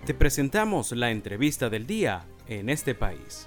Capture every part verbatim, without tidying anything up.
Te presentamos la entrevista del día en este país.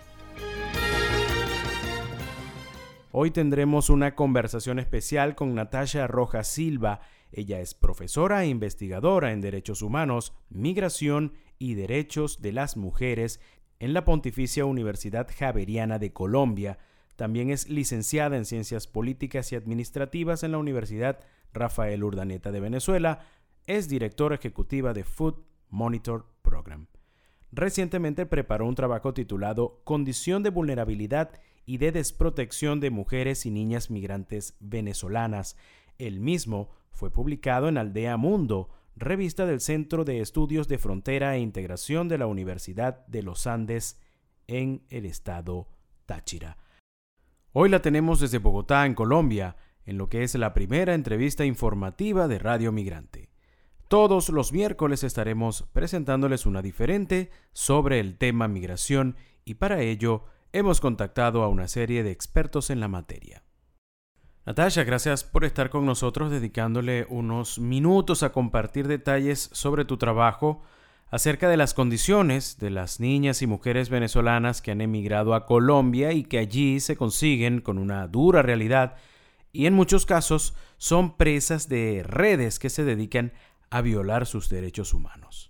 Hoy tendremos una conversación especial con Natasha Rojas Silva. Ella es profesora e investigadora en Derechos Humanos, Migración y Derechos de las Mujeres en la Pontificia Universidad Javeriana de Colombia. También es licenciada en Ciencias Políticas y Administrativas en la Universidad Rafael Urdaneta de Venezuela. Es directora ejecutiva de Food Monitor Program. Recientemente preparó un trabajo titulado Condición de vulnerabilidad y de desprotección de mujeres y niñas migrantes venezolanas. El mismo fue publicado en Aldea Mundo, revista del Centro de Estudios de Frontera e Integración de la Universidad de los Andes en el estado Táchira. Hoy la tenemos desde Bogotá, en Colombia, en lo que es la primera entrevista informativa de Radio Migrante. Todos los miércoles estaremos presentándoles una diferente sobre el tema migración y para ello hemos contactado a una serie de expertos en la materia. Natasha, gracias por estar con nosotros, dedicándole unos minutos a compartir detalles sobre tu trabajo acerca de las condiciones de las niñas y mujeres venezolanas que han emigrado a Colombia y que allí se consiguen con una dura realidad y en muchos casos son presas de redes que se dedican a violar sus derechos humanos.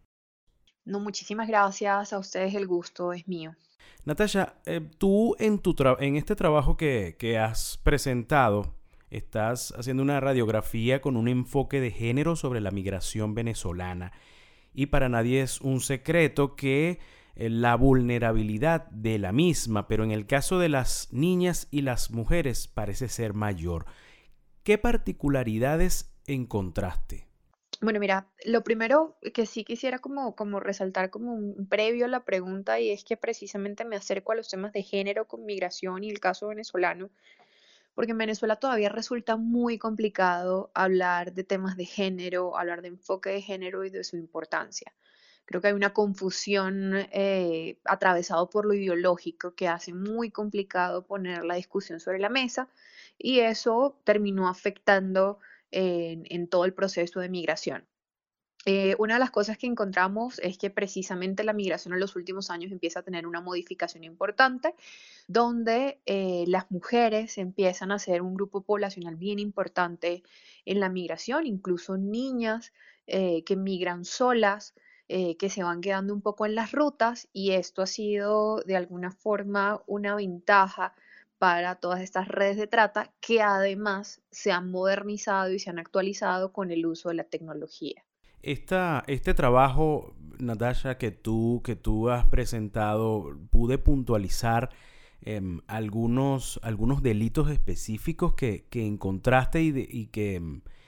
No, muchísimas gracias a ustedes, el gusto es mío. Natasha, eh, tú en, tu tra- en este trabajo que, que has presentado, estás haciendo una radiografía con un enfoque de género sobre la migración venezolana. Y para nadie es un secreto que eh, la vulnerabilidad de la misma, pero en el caso de las niñas y las mujeres, parece ser mayor. ¿Qué particularidades encontraste? Bueno, mira, lo primero que sí quisiera como, como resaltar como un previo a la pregunta y es que precisamente me acerco a los temas de género con migración y el caso venezolano, porque en Venezuela todavía resulta muy complicado hablar de temas de género, hablar de enfoque de género y de su importancia. Creo que hay una confusión eh, atravesado por lo ideológico que hace muy complicado poner la discusión sobre la mesa y eso terminó afectando en, en todo el proceso de migración. Eh, una de las cosas que encontramos es que precisamente la migración en los últimos años empieza a tener una modificación importante, donde eh, las mujeres empiezan a ser un grupo poblacional bien importante en la migración, incluso niñas eh, que migran solas, eh, que se van quedando un poco en las rutas, y esto ha sido de alguna forma una ventaja para todas estas redes de trata que además se han modernizado y se han actualizado con el uso de la tecnología. Esta, este trabajo, Natasha, que tú, que tú has presentado, pude puntualizar eh, algunos, algunos delitos específicos que, que encontraste y, de, y, que,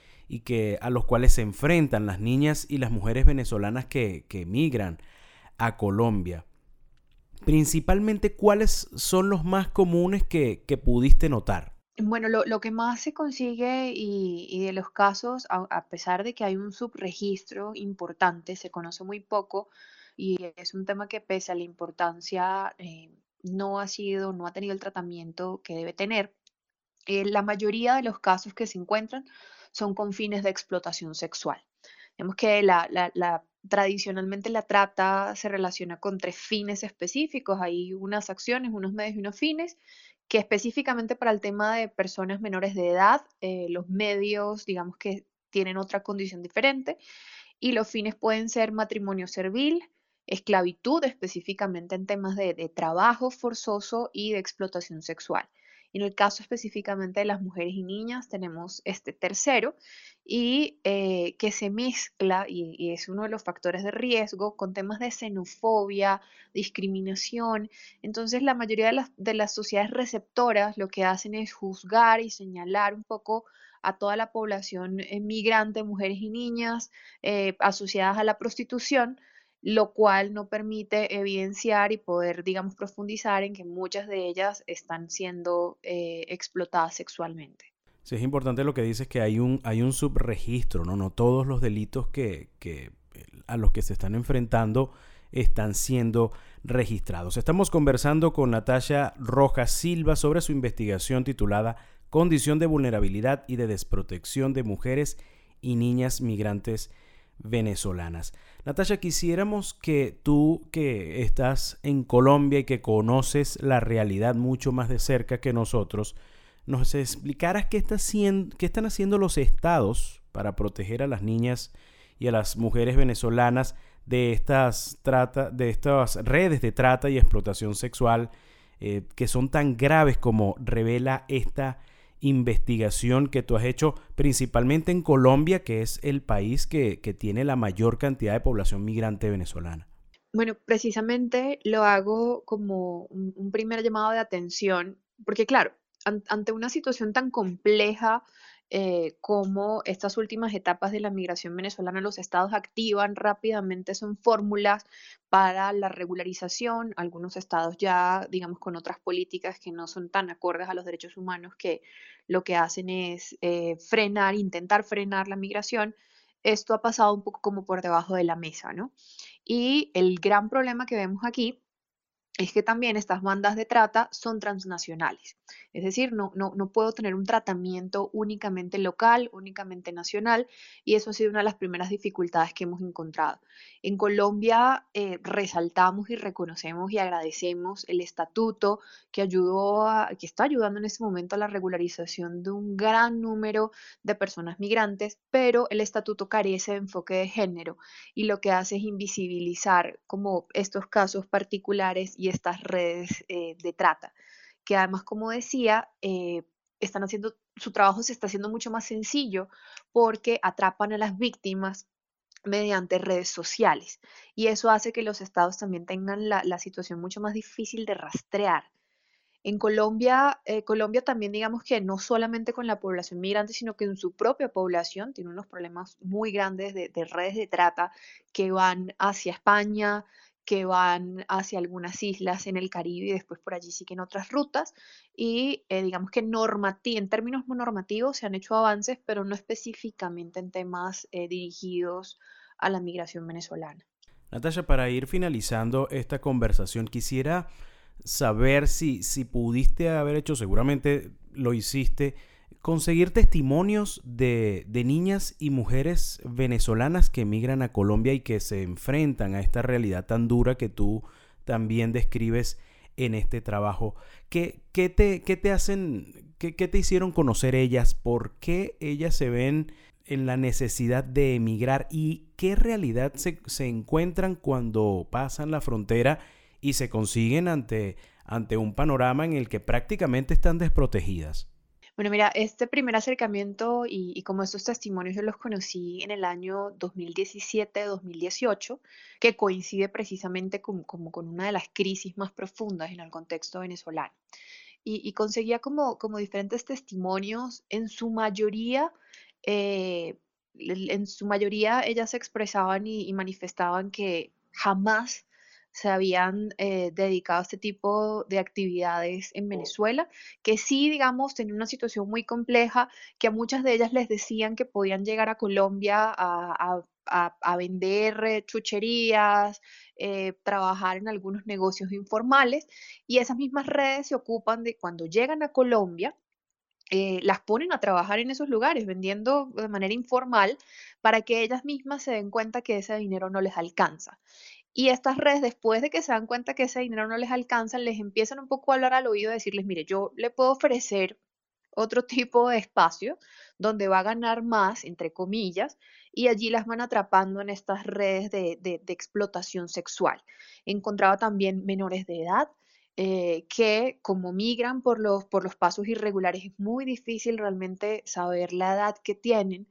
y que a los cuales se enfrentan las niñas y las mujeres venezolanas que, que emigran a Colombia. Principalmente, ¿cuáles son los más comunes que, que pudiste notar? Bueno, lo, lo que más se consigue y, y de los casos, a, a pesar de que hay un subregistro importante, se conoce muy poco y es un tema que pese a la importancia eh, no ha sido, no ha tenido el tratamiento que debe tener. Eh, la mayoría de los casos que se encuentran son con fines de explotación sexual. Vemos que la, la, la, tradicionalmente la trata se relaciona con tres fines específicos. Hay unas acciones, unos medios y unos fines, que específicamente para el tema de personas menores de edad, eh, los medios, digamos que tienen otra condición diferente, y los fines pueden ser matrimonio servil, esclavitud, específicamente en temas de, de trabajo forzoso y de explotación sexual. En el caso específicamente de las mujeres y niñas tenemos este tercero y eh, que se mezcla y, y es uno de los factores de riesgo con temas de xenofobia, discriminación. Entonces la mayoría de las, de las sociedades receptoras lo que hacen es juzgar y señalar un poco a toda la población migrante, mujeres y niñas eh, asociadas a la prostitución, lo cual no permite evidenciar y poder, digamos, profundizar en que muchas de ellas están siendo eh, explotadas sexualmente. Sí, es importante lo que dices, que hay un, hay un subregistro, ¿no? No todos los delitos que, que, a los que se están enfrentando están siendo registrados. Estamos conversando con Natasha Rojas Silva sobre su investigación titulada Condición de vulnerabilidad y de desprotección de mujeres y niñas migrantes venezolanas. Natasha, quisiéramos que tú, que estás en Colombia y que conoces la realidad mucho más de cerca que nosotros, nos explicaras qué, está haciendo, qué están haciendo los estados para proteger a las niñas y a las mujeres venezolanas de estas, trata, de estas redes de trata y explotación sexual eh, que son tan graves como revela esta investigación que tú has hecho principalmente en Colombia, que es el país que, que tiene la mayor cantidad de población migrante venezolana. Bueno, precisamente lo hago como un, un primer llamado de atención, porque claro, an- ante una situación tan compleja eh, como estas últimas etapas de la migración venezolana, los estados activan rápidamente, son fórmulas para la regularización, algunos estados ya, digamos, con otras políticas que no son tan acordes a los derechos humanos, que lo que hacen es eh, frenar, intentar frenar la migración. Esto ha pasado un poco como por debajo de la mesa, ¿no? Y el gran problema que vemos aquí es que también estas bandas de trata son transnacionales. Es decir, no, no, no puedo tener un tratamiento únicamente local, únicamente nacional, y eso ha sido una de las primeras dificultades que hemos encontrado. En Colombia eh, resaltamos y reconocemos y agradecemos el estatuto que ayudó a, que está ayudando en este momento a la regularización de un gran número de personas migrantes, pero el estatuto carece de enfoque de género y lo que hace es invisibilizar como estos casos particulares y estas redes eh, de trata, que además, como decía, eh, están haciendo, su trabajo se está haciendo mucho más sencillo porque atrapan a las víctimas mediante redes sociales y eso hace que los estados también tengan la, la situación mucho más difícil de rastrear. En Colombia, eh, Colombia también digamos que no solamente con la población migrante, sino que en su propia población tiene unos problemas muy grandes de, de redes de trata que van hacia España, que van hacia algunas islas en el Caribe y después por allí siguen otras rutas. Y eh, digamos que normati en términos normativos se han hecho avances, pero no específicamente en temas eh, dirigidos a la migración venezolana. Natasha, para ir finalizando esta conversación, quisiera saber si, si pudiste haber hecho, seguramente lo hiciste, conseguir testimonios de, de niñas y mujeres venezolanas que emigran a Colombia y que se enfrentan a esta realidad tan dura que tú también describes en este trabajo. ¿Qué, qué, te, qué te hacen, qué, qué te hicieron conocer ellas? ¿Por qué ellas se ven en la necesidad de emigrar y qué realidad se, se encuentran cuando pasan la frontera y se consiguen ante, ante un panorama en el que prácticamente están desprotegidas? Bueno, mira, este primer acercamiento y, y como estos testimonios yo los conocí en el año dos mil diecisiete, dos mil dieciocho, que coincide precisamente con, como con una de las crisis más profundas en el contexto venezolano. Y, y conseguía como, como diferentes testimonios, en su mayoría, eh, en su mayoría ellas se expresaban y, y manifestaban que jamás se habían eh, dedicado a este tipo de actividades en Venezuela, que sí, digamos, tenían una situación muy compleja, que a muchas de ellas les decían que podían llegar a Colombia a, a- a- a vender eh, chucherías, eh, trabajar en algunos negocios informales, y esas mismas redes se ocupan de cuando llegan a Colombia, eh, las ponen a trabajar en esos lugares, vendiendo de manera informal, para que ellas mismas se den cuenta que ese dinero no les alcanza. Y estas redes, después de que se dan cuenta que ese dinero no les alcanza, les empiezan un poco a hablar al oído, decirles, mire, yo le puedo ofrecer otro tipo de espacio donde va a ganar más, entre comillas, y allí las van atrapando en estas redes de, de- de explotación sexual. Encontraba también menores de edad eh, que como migran por los, por los pasos irregulares, es muy difícil realmente saber la edad que tienen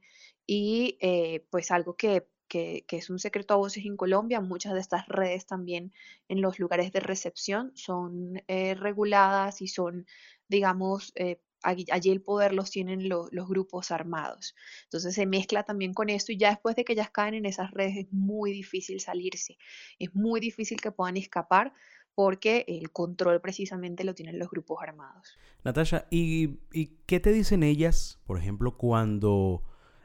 y eh, pues algo que, que, que es un secreto a voces en Colombia, muchas de estas redes también en los lugares de recepción son eh, reguladas y son, digamos, eh, allí, allí el poder los tienen lo- los grupos armados. Entonces se mezcla también con esto y ya después de que ellas caen en esas redes es muy difícil salirse, es muy difícil que puedan escapar porque el control precisamente lo tienen los grupos armados. Natasha, ¿y, ¿y qué te dicen ellas, por ejemplo, cuando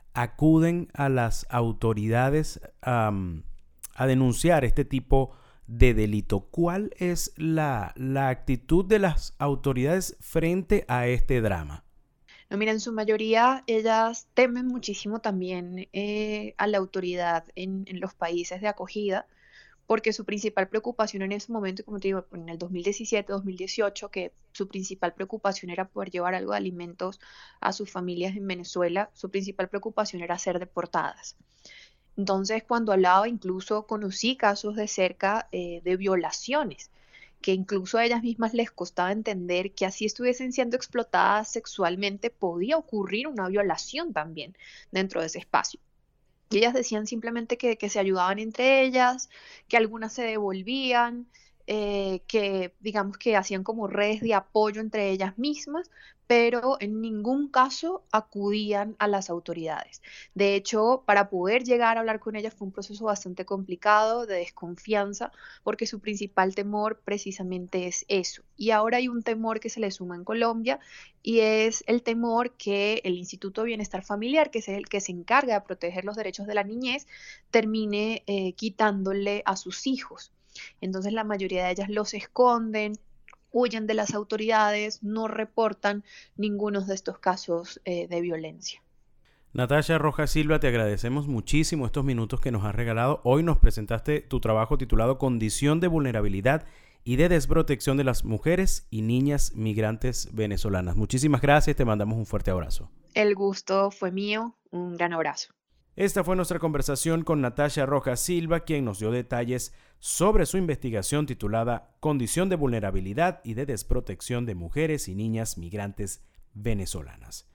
acuden a las autoridades am, a denunciar este tipo de delito? ¿Cuál es la, la actitud de las autoridades frente a este drama? No, mira, en su mayoría ellas temen muchísimo también eh, a la autoridad en, en los países de acogida, porque su principal preocupación en ese momento, como te digo, en el dos mil diecisiete, dos mil dieciocho, que su principal preocupación era poder llevar algo de alimentos a sus familias en Venezuela, su principal preocupación era ser deportadas. Entonces, cuando hablaba, incluso conocí casos de cerca eh, de violaciones, que incluso a ellas mismas les costaba entender que así estuviesen siendo explotadas sexualmente, podía ocurrir una violación también dentro de ese espacio. Y ellas decían simplemente que, que se ayudaban entre ellas, que algunas se devolvían, eh, que digamos que hacían como redes de apoyo entre ellas mismas, pero en ningún caso acudían a las autoridades. De hecho, para poder llegar a hablar con ellas fue un proceso bastante complicado, de desconfianza, porque su principal temor precisamente es eso. Y ahora hay un temor que se le suma en Colombia y es el temor que el Instituto de Bienestar Familiar, que es el que se encarga de proteger los derechos de la niñez, termine eh, quitándole a sus hijos. Entonces la mayoría de ellas los esconden, huyen de las autoridades, no reportan ninguno de estos casos eh, de violencia. Natasha Rojas Silva, te agradecemos muchísimo estos minutos que nos has regalado. Hoy nos presentaste tu trabajo titulado Condición de vulnerabilidad y de desprotección de las mujeres y niñas migrantes venezolanas. Muchísimas gracias, te mandamos un fuerte abrazo. El gusto fue mío, un gran abrazo. Esta fue nuestra conversación con Natasha Rojas Silva, quien nos dio detalles sobre su investigación titulada Condición de vulnerabilidad y de desprotección de mujeres y niñas migrantes venezolanas.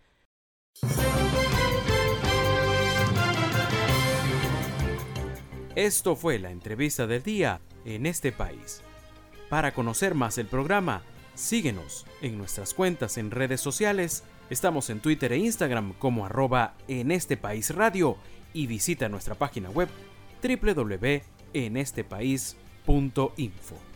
Esto fue la entrevista del día en este país. Para conocer más el programa, síguenos en nuestras cuentas en redes sociales. Estamos en Twitter e Instagram como arroba en este país radio y visita nuestra página web doble u doble u doble u punto en este país punto info.